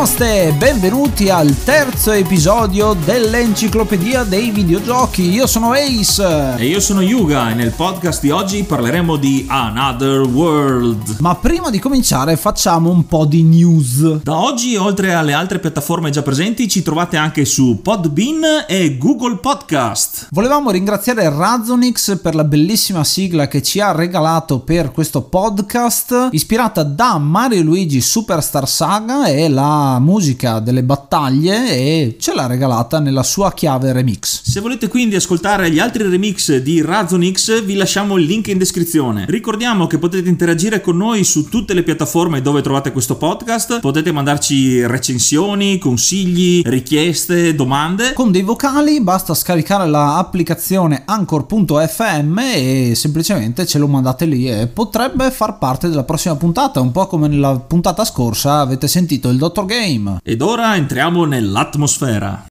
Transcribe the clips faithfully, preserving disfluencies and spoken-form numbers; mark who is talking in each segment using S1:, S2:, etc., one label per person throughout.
S1: Namaste, benvenuti al terzo episodio dell'Enciclopedia dei Videogiochi. Io sono Ace
S2: e io sono Yuga e nel podcast di oggi parleremo di Another World.
S1: Ma prima di cominciare facciamo un po' di news.
S2: Da oggi, oltre alle altre piattaforme già presenti, ci trovate anche su Podbean e Google Podcast.
S1: Volevamo ringraziare Razonix per la bellissima sigla che ci ha regalato per questo podcast, ispirata da Mario e Luigi Superstar Saga e la musica delle battaglie, e ce l'ha regalata nella sua chiave remix.
S2: Se volete quindi ascoltare gli altri remix di Razonix, vi lasciamo il link in descrizione. Ricordiamo che potete interagire con noi su tutte le piattaforme dove trovate questo podcast, potete mandarci recensioni, consigli, richieste, domande.
S1: Con dei vocali basta scaricare l'applicazione Anchor punto effe emme e semplicemente ce lo mandate lì e potrebbe far parte della prossima puntata, un po' come nella puntata scorsa avete sentito il Dottor Game.
S2: Ed ora entriamo nell'atmosfera.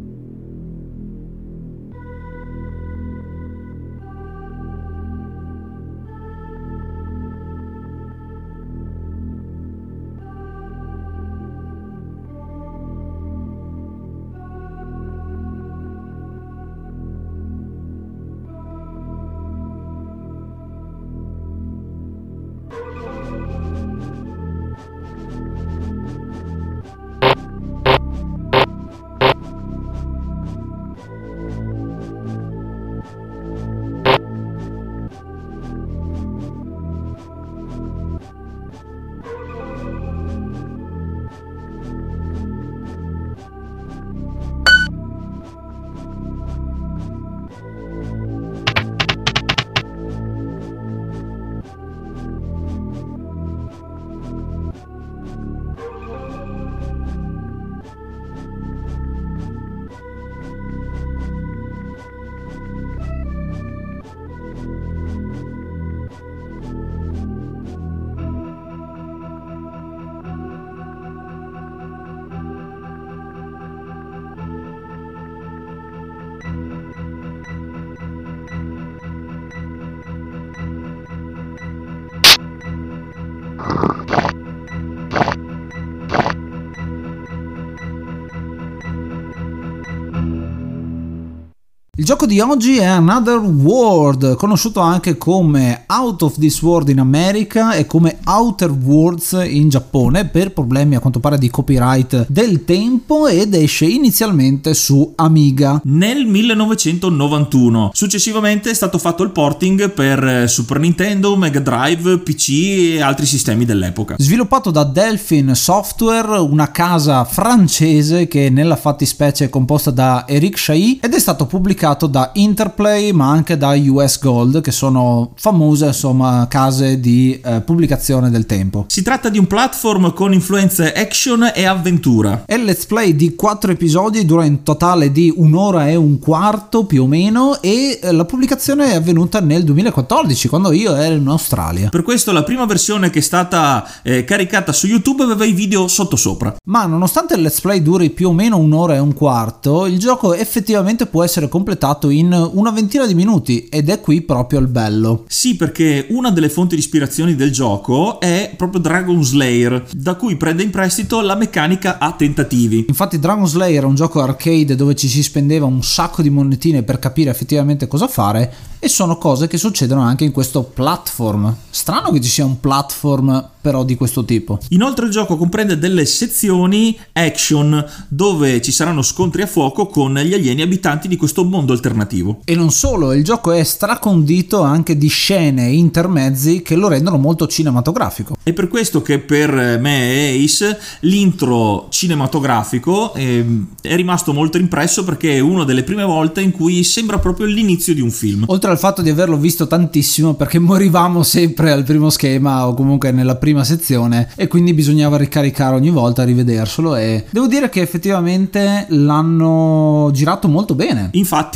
S1: Il gioco di oggi è Another World, conosciuto anche come Out of This World in America e come Outer Worlds in Giappone per problemi a quanto pare di copyright del tempo, ed esce inizialmente su Amiga
S2: nel millenovecentonovantuno. Successivamente è stato fatto il porting per Super Nintendo, Mega Drive, P C e altri sistemi dell'epoca.
S1: Sviluppato da Delphin Software, una casa francese che nella fattispecie è composta da Eric Chahi, ed è stato pubblicato da Interplay ma anche da U S Gold, che sono famose insomma case di eh, pubblicazione del tempo.
S2: Si tratta di un platform con influenze action e avventura.
S1: È il let's play di quattro episodi, dura in totale di un'ora e un quarto più o meno, e eh, la pubblicazione è avvenuta nel duemilaquattordici, quando io ero in Australia.
S2: Per questo la prima versione che è stata eh, caricata su YouTube aveva i video sottosopra.
S1: Ma nonostante il let's play duri più o meno un'ora e un quarto, il gioco effettivamente può essere completato in una ventina di minuti, ed è qui proprio il bello.
S2: Sì, perché una delle fonti di ispirazione del gioco è proprio Dragon Slayer, da cui prende in prestito la meccanica a tentativi.
S1: Infatti Dragon Slayer è un gioco arcade dove ci si spendeva un sacco di monetine per capire effettivamente cosa fare, e sono cose che succedono anche in questo platform. Strano che ci sia un platform però di questo tipo.
S2: Inoltre il gioco comprende delle sezioni action dove ci saranno scontri a fuoco con gli alieni abitanti di questo mondo alternativo.
S1: E non solo, il gioco è stracondito anche di scene e intermezzi che lo rendono molto cinematografico.
S2: È per questo che per me e Ace l'intro cinematografico è, è rimasto molto impresso, perché è una delle prime volte in cui sembra proprio l'inizio di un film.
S1: Oltre al fatto di averlo visto tantissimo, perché morivamo sempre al primo schema o comunque nella prima sezione, e quindi bisognava ricaricare ogni volta, rivederselo, e devo dire che effettivamente l'hanno girato molto bene.
S2: Infatti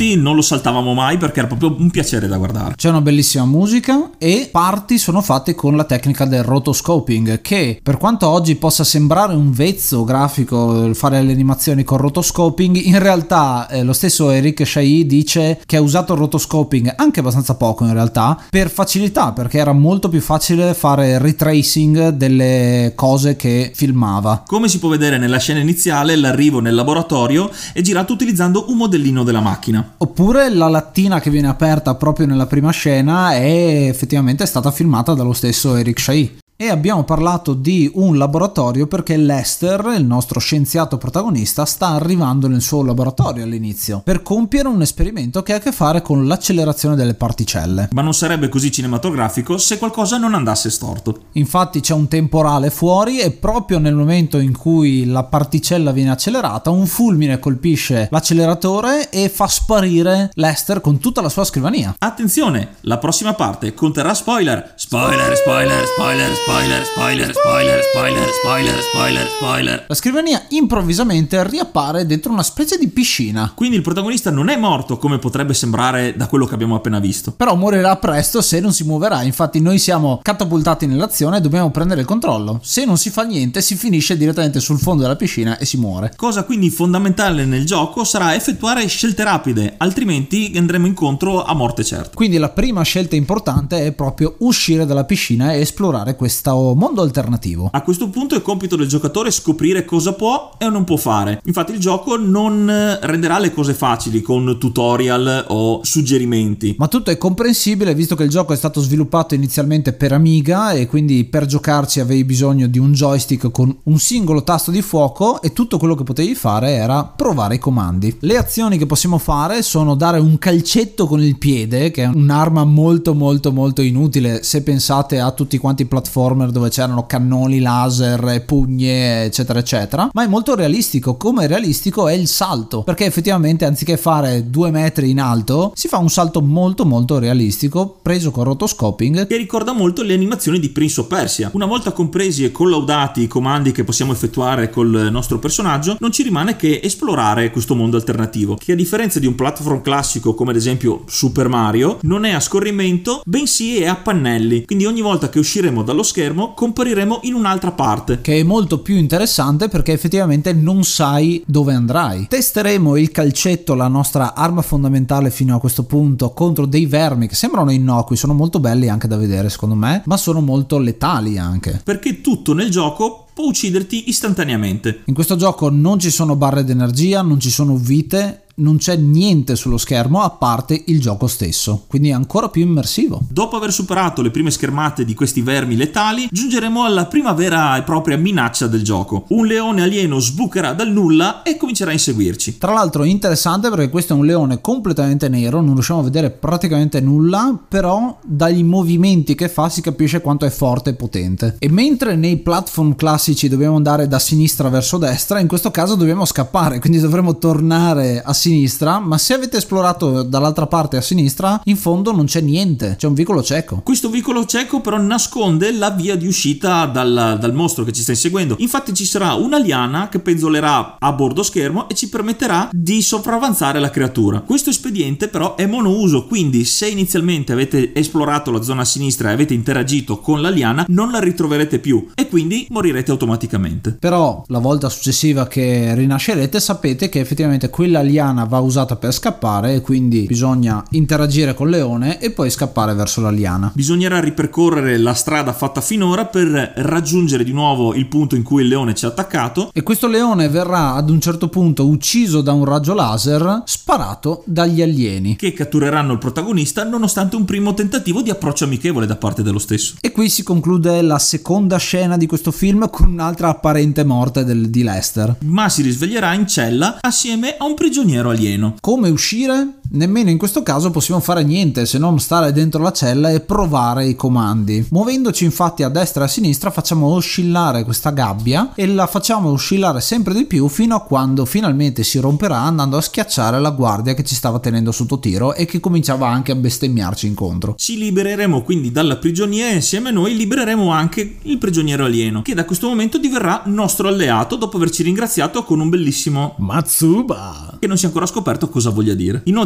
S2: infatti non lo saltavamo mai perché era proprio un piacere da guardare.
S1: C'è una bellissima musica e parti sono fatte con la tecnica del rotoscoping, che per quanto oggi possa sembrare un vezzo grafico fare le animazioni con rotoscoping, in realtà eh, lo stesso Eric Chahi dice che ha usato il rotoscoping anche abbastanza poco in realtà per facilità, perché era molto più facile fare retracing delle cose che filmava.
S2: Come si può vedere nella scena iniziale, l'arrivo nel laboratorio è girato utilizzando un modellino della macchina.
S1: Oppure la lattina che viene aperta proprio nella prima scena è effettivamente stata filmata dallo stesso Eric Chahi. E abbiamo parlato di un laboratorio perché Lester, il nostro scienziato protagonista, sta arrivando nel suo laboratorio all'inizio per compiere un esperimento che ha a che fare con l'accelerazione delle particelle.
S2: Ma non sarebbe così cinematografico se qualcosa non andasse storto.
S1: Infatti c'è un temporale fuori e proprio nel momento in cui la particella viene accelerata, un fulmine colpisce l'acceleratore e fa sparire Lester con tutta la sua scrivania.
S2: Attenzione, la prossima parte conterrà spoiler. Spoiler, spoiler, spoiler, spoiler, spoiler, spoiler, spoiler, spoiler, spoiler, spoiler.
S1: La scrivania improvvisamente riappare dentro una specie di piscina.
S2: Quindi il protagonista non è morto come potrebbe sembrare da quello che abbiamo appena visto.
S1: Però morirà presto se non si muoverà. Infatti noi siamo catapultati nell'azione e dobbiamo prendere il controllo. Se non si fa niente si finisce direttamente sul fondo della piscina e si muore.
S2: Cosa quindi fondamentale nel gioco sarà effettuare scelte rapide, altrimenti andremo incontro a morte certa.
S1: Quindi la prima scelta importante è proprio uscire dalla piscina e esplorare questo mondo alternativo.
S2: A questo punto è compito del giocatore scoprire cosa può e non può fare. Infatti il gioco non renderà le cose facili con tutorial o suggerimenti.
S1: Ma tutto è comprensibile visto che il gioco è stato sviluppato inizialmente per Amiga e quindi per giocarci avevi bisogno di un joystick con un singolo tasto di fuoco e tutto quello che potevi fare era provare i comandi. Le azioni che possiamo fare sono dare un calcetto con il piede, che è un'arma molto molto molto inutile se pensate a tutti quanti i platformer dove c'erano cannoni laser, pugne eccetera eccetera, ma è molto realistico. Come realistico è il salto, perché effettivamente anziché fare due metri in alto si fa un salto molto molto realistico preso con rotoscoping,
S2: che ricorda molto le animazioni di Prince of Persia. Una volta compresi e collaudati i comandi che possiamo effettuare col nostro personaggio, non ci rimane che esplorare questo mondo alternativo, che a differenza di un platform classico come ad esempio Super Mario non è a scorrimento bensì è a pannelli, quindi ogni volta che usciremo dallo schermo compariremo in un'altra parte,
S1: che è molto più interessante perché effettivamente non sai dove andrai. Testeremo il calcetto, la nostra arma fondamentale fino a questo punto, contro dei vermi che sembrano innocui, sono molto belli anche da vedere secondo me, ma sono molto letali anche,
S2: perché tutto nel gioco può ucciderti istantaneamente.
S1: In questo gioco non ci sono barre d'energia, non ci sono vite, non c'è niente sullo schermo a parte il gioco stesso, quindi è ancora più immersivo.
S2: Dopo aver superato le prime schermate di questi vermi letali, giungeremo alla prima vera e propria minaccia del gioco. Un leone alieno sbucherà dal nulla e comincerà a inseguirci.
S1: Tra l'altro è interessante perché questo è un leone completamente nero, non riusciamo a vedere praticamente nulla, però dagli movimenti che fa si capisce quanto è forte e potente. E mentre nei platform classici dobbiamo andare da sinistra verso destra, in questo caso dobbiamo scappare, quindi dovremo tornare a sinistra, ma se avete esplorato dall'altra parte a sinistra, in fondo non c'è niente, c'è un vicolo cieco.
S2: Questo vicolo cieco però nasconde la via di uscita dal, dal mostro che ci sta inseguendo. Infatti ci sarà una liana che penzolerà a bordo schermo e ci permetterà di sopravanzare la creatura. Questo espediente però è monouso, quindi se inizialmente avete esplorato la zona a sinistra e avete interagito con la liana, non la ritroverete più e quindi morirete automaticamente.
S1: Però la volta successiva che rinascerete sapete che effettivamente quella liana va usata per scappare e quindi bisogna interagire col leone e poi scappare verso la liana.
S2: Bisognerà ripercorrere la strada fatta finora per raggiungere di nuovo il punto in cui il leone ci ha attaccato,
S1: e questo leone verrà ad un certo punto ucciso da un raggio laser sparato dagli alieni,
S2: che cattureranno il protagonista nonostante un primo tentativo di approccio amichevole da parte dello stesso.
S1: E qui si conclude la seconda scena di questo film con un'altra apparente morte del, di Lester,
S2: ma si risveglierà in cella assieme a un prigioniero alieno.
S1: Come uscire? Nemmeno in questo caso possiamo fare niente se non stare dentro la cella e provare i comandi. Muovendoci infatti a destra e a sinistra facciamo oscillare questa gabbia e la facciamo oscillare sempre di più fino a quando finalmente si romperà, andando a schiacciare la guardia che ci stava tenendo sotto tiro e che cominciava anche a bestemmiarci incontro.
S2: Ci libereremo quindi dalla prigionia e insieme a noi libereremo anche il prigioniero alieno, che da questo momento diverrà nostro alleato dopo averci ringraziato con un bellissimo
S1: Matsuba,
S2: che non si è ancora scoperto cosa voglia dire. Inoltre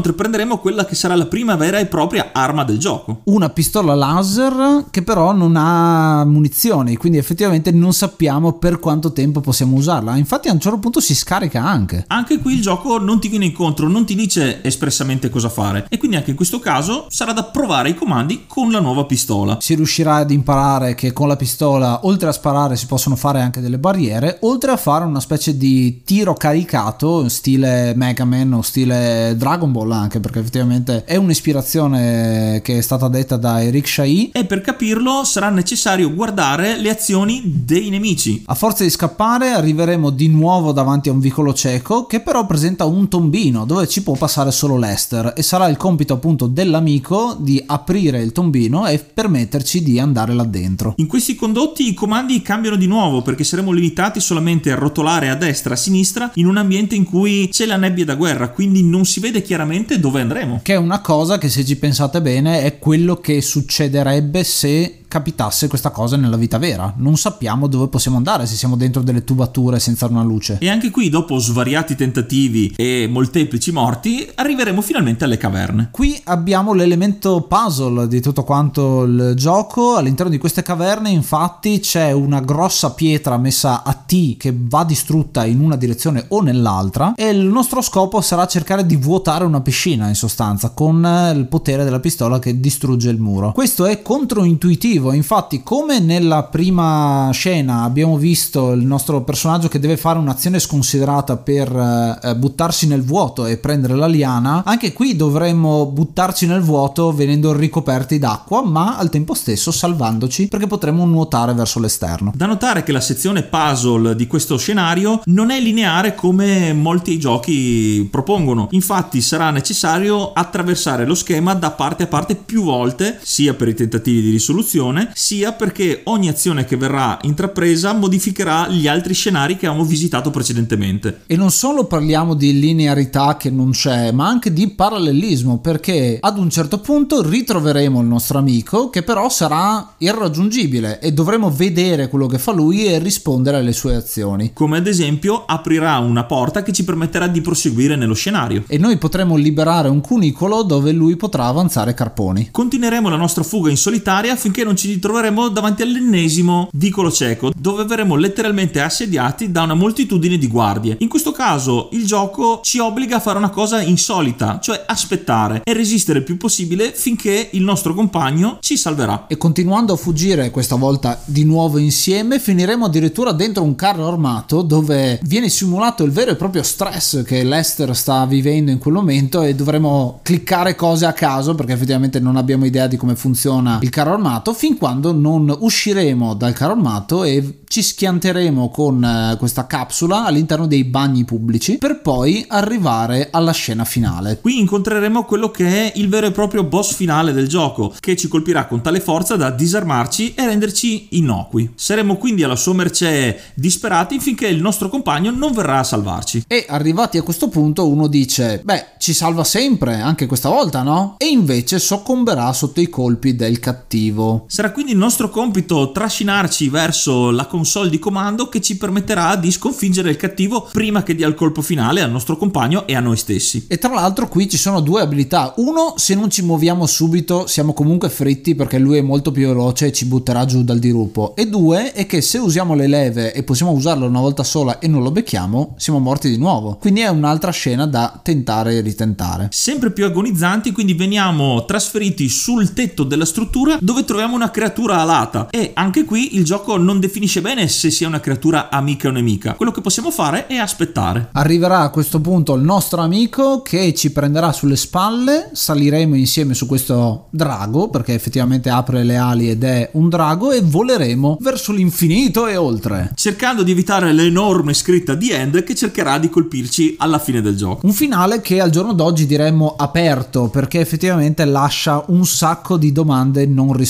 S2: prenderemo quella che sarà la prima vera e propria arma del gioco.
S1: Una pistola laser che però non ha munizioni, quindi effettivamente non sappiamo per quanto tempo possiamo usarla. Infatti a un certo punto si scarica anche.
S2: Anche qui il gioco non ti viene incontro, non ti dice espressamente cosa fare, e quindi anche in questo caso sarà da provare i comandi con la nuova pistola.
S1: Si riuscirà ad imparare che con la pistola, oltre a sparare, si possono fare anche delle barriere, oltre a fare una specie di tiro caricato stile Mega Man o stile Dragon Ball, anche perché effettivamente è un'ispirazione che è stata detta da Eric Chahi.
S2: E per capirlo sarà necessario guardare le azioni dei nemici.
S1: A forza di scappare arriveremo di nuovo davanti a un vicolo cieco che però presenta un tombino dove ci può passare solo Lester, e sarà il compito appunto dell'amico di aprire il tombino e permetterci di andare là dentro.
S2: In questi condotti i comandi cambiano di nuovo, perché saremo limitati solamente a rotolare a destra e a sinistra in un ambiente in cui c'è la nebbia da guerra, quindi non si vede chiaramente dove andremo.
S1: Che è una cosa che, se ci pensate bene, è quello che succederebbe se capitasse questa cosa nella vita vera. Non sappiamo dove possiamo andare se siamo dentro delle tubature senza una luce.
S2: E anche qui, dopo svariati tentativi e molteplici morti, arriveremo finalmente alle caverne.
S1: Qui abbiamo l'elemento puzzle di tutto quanto il gioco. All'interno di queste caverne infatti c'è una grossa pietra messa a T che va distrutta in una direzione o nell'altra, e il nostro scopo sarà cercare di vuotare una piscina, in sostanza, con il potere della pistola che distrugge il muro. Questo è controintuitivo. Infatti, come nella prima scena abbiamo visto il nostro personaggio che deve fare un'azione sconsiderata per eh, buttarsi nel vuoto e prendere la liana, anche qui dovremmo buttarci nel vuoto venendo ricoperti d'acqua, ma al tempo stesso salvandoci, perché potremo nuotare verso l'esterno.
S2: Da notare che la sezione puzzle di questo scenario non è lineare come molti giochi propongono. Infatti sarà necessario attraversare lo schema da parte a parte più volte, sia per i tentativi di risoluzione, sia perché ogni azione che verrà intrapresa modificherà gli altri scenari che abbiamo visitato precedentemente.
S1: E non solo parliamo di linearità che non c'è, ma anche di parallelismo, perché ad un certo punto ritroveremo il nostro amico che però sarà irraggiungibile e dovremo vedere quello che fa lui e rispondere alle sue azioni.
S2: Come ad esempio aprirà una porta che ci permetterà di proseguire nello scenario.
S1: E noi potremo liberare un cunicolo dove lui potrà avanzare carponi.
S2: Continueremo la nostra fuga in solitaria finché non ci ritroveremo davanti all'ennesimo vicolo cieco, dove verremo letteralmente assediati da una moltitudine di guardie. In questo caso il gioco ci obbliga a fare una cosa insolita, cioè aspettare e resistere il più possibile finché il nostro compagno ci salverà.
S1: E continuando a fuggire, questa volta di nuovo insieme, finiremo addirittura dentro un carro armato dove viene simulato il vero e proprio stress che Lester sta vivendo in quel momento, e dovremo cliccare cose a caso perché effettivamente non abbiamo idea di come funziona il carro armato, fin quando non usciremo dal carro armato e ci schianteremo con questa capsula all'interno dei bagni pubblici per poi arrivare alla scena finale.
S2: Qui incontreremo quello che è il vero e proprio boss finale del gioco, che ci colpirà con tale forza da disarmarci e renderci innocui. Saremo quindi alla sua mercé disperati finché il nostro compagno non verrà a salvarci.
S1: E arrivati a questo punto uno dice: beh, ci salva sempre, anche questa volta, no? E invece soccomberà sotto i colpi del cattivo.
S2: Sarà quindi il nostro compito trascinarci verso la console di comando che ci permetterà di sconfiggere il cattivo prima che dia il colpo finale al nostro compagno e a noi stessi.
S1: E tra l'altro qui ci sono due abilità. Uno, se non ci muoviamo subito siamo comunque fritti perché lui è molto più veloce e ci butterà giù dal dirupo. E due, è che se usiamo le leve e possiamo usarlo una volta sola e non lo becchiamo, siamo morti di nuovo. Quindi è un'altra scena da tentare e ritentare.
S2: Sempre più agonizzanti, quindi veniamo trasferiti sul tetto della struttura dove troviamo una creatura alata, e anche qui il gioco non definisce bene se sia una creatura amica o nemica. Quello che possiamo fare è aspettare.
S1: Arriverà a questo punto il nostro amico che ci prenderà sulle spalle, saliremo insieme su questo drago perché effettivamente apre le ali ed è un drago, e voleremo verso l'infinito e oltre,
S2: cercando di evitare l'enorme scritta The End che cercherà di colpirci alla fine del gioco.
S1: Un finale che al giorno d'oggi diremmo aperto, perché effettivamente lascia un sacco di domande non risposte.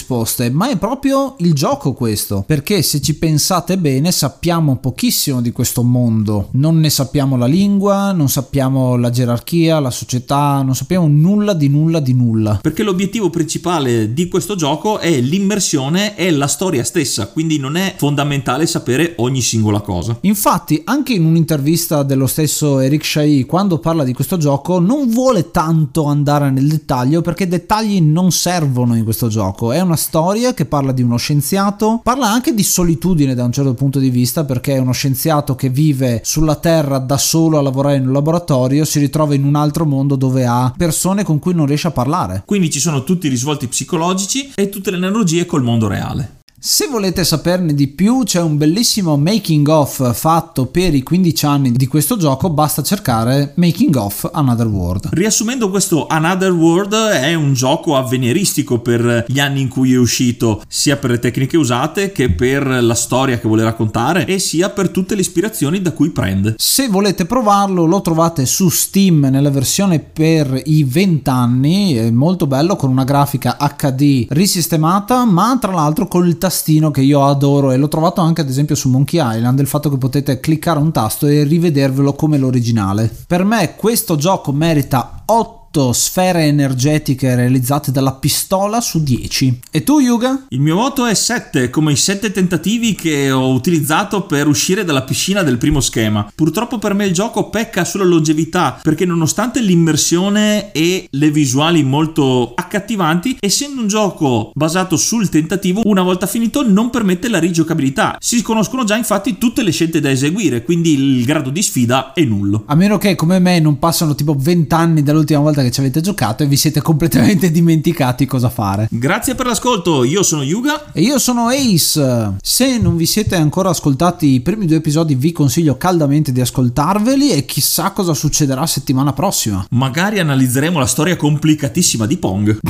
S1: emozione, ma è proprio il gioco questo, perché se ci pensate bene sappiamo pochissimo di questo mondo, non ne sappiamo la lingua, non sappiamo la gerarchia, la società, non sappiamo nulla di nulla di nulla.
S2: Perché l'obiettivo principale di questo gioco è l'immersione e la storia stessa, quindi non è fondamentale sapere ogni singola cosa.
S1: Infatti anche in un'intervista dello stesso Eric Chahi, quando parla di questo gioco, non vuole tanto andare nel dettaglio perché dettagli non servono in questo gioco. È una storia che parla di uno scienziato, parla anche di solitudine da un certo punto di vista, perché è uno scienziato che vive sulla Terra da solo a lavorare in un laboratorio, si ritrova in un altro mondo dove ha persone con cui non riesce a parlare.
S2: Quindi ci sono tutti i risvolti psicologici e tutte le analogie col mondo reale.
S1: Se volete saperne di più, c'è un bellissimo making of fatto per i quindici anni di questo gioco, basta cercare Making of Another World.
S2: Riassumendo, questo Another World è un gioco avveniristico per gli anni in cui è uscito, sia per le tecniche usate che per la storia che vuole raccontare e sia per tutte le ispirazioni da cui prende.
S1: Se volete provarlo, lo trovate su Steam nella versione per i venti anni, è molto bello, con una grafica acca di risistemata, ma tra l'altro col tastino che io adoro, e l'ho trovato anche ad esempio su Monkey Island, il fatto che potete cliccare un tasto e rivedervelo come l'originale. Per me questo gioco merita otto sfere energetiche realizzate dalla pistola su dieci. E tu, Yuga?
S2: Il mio voto è sette, come i sette tentativi che ho utilizzato per uscire dalla piscina del primo schema. Purtroppo per me il gioco pecca sulla longevità, perché nonostante l'immersione e le visuali molto accattivanti, essendo un gioco basato sul tentativo, una volta finito non permette la rigiocabilità. Si conoscono già infatti tutte le scelte da eseguire, quindi il grado di sfida è nullo.
S1: A meno che come me non passano tipo venti anni dall'ultima volta che ci avete giocato e vi siete completamente dimenticati cosa fare.
S2: Grazie per l'ascolto, io sono Yuga
S1: e io sono Ace. Se non vi siete ancora ascoltati i primi due episodi, vi consiglio caldamente di ascoltarveli e chissà cosa succederà settimana prossima.
S2: Magari analizzeremo la storia complicatissima di Pong.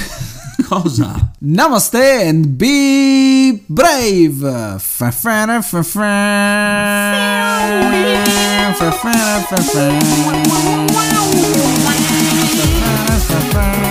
S2: Cosa?
S1: Namaste and be brave. Fa fa fa fa fa fa fa.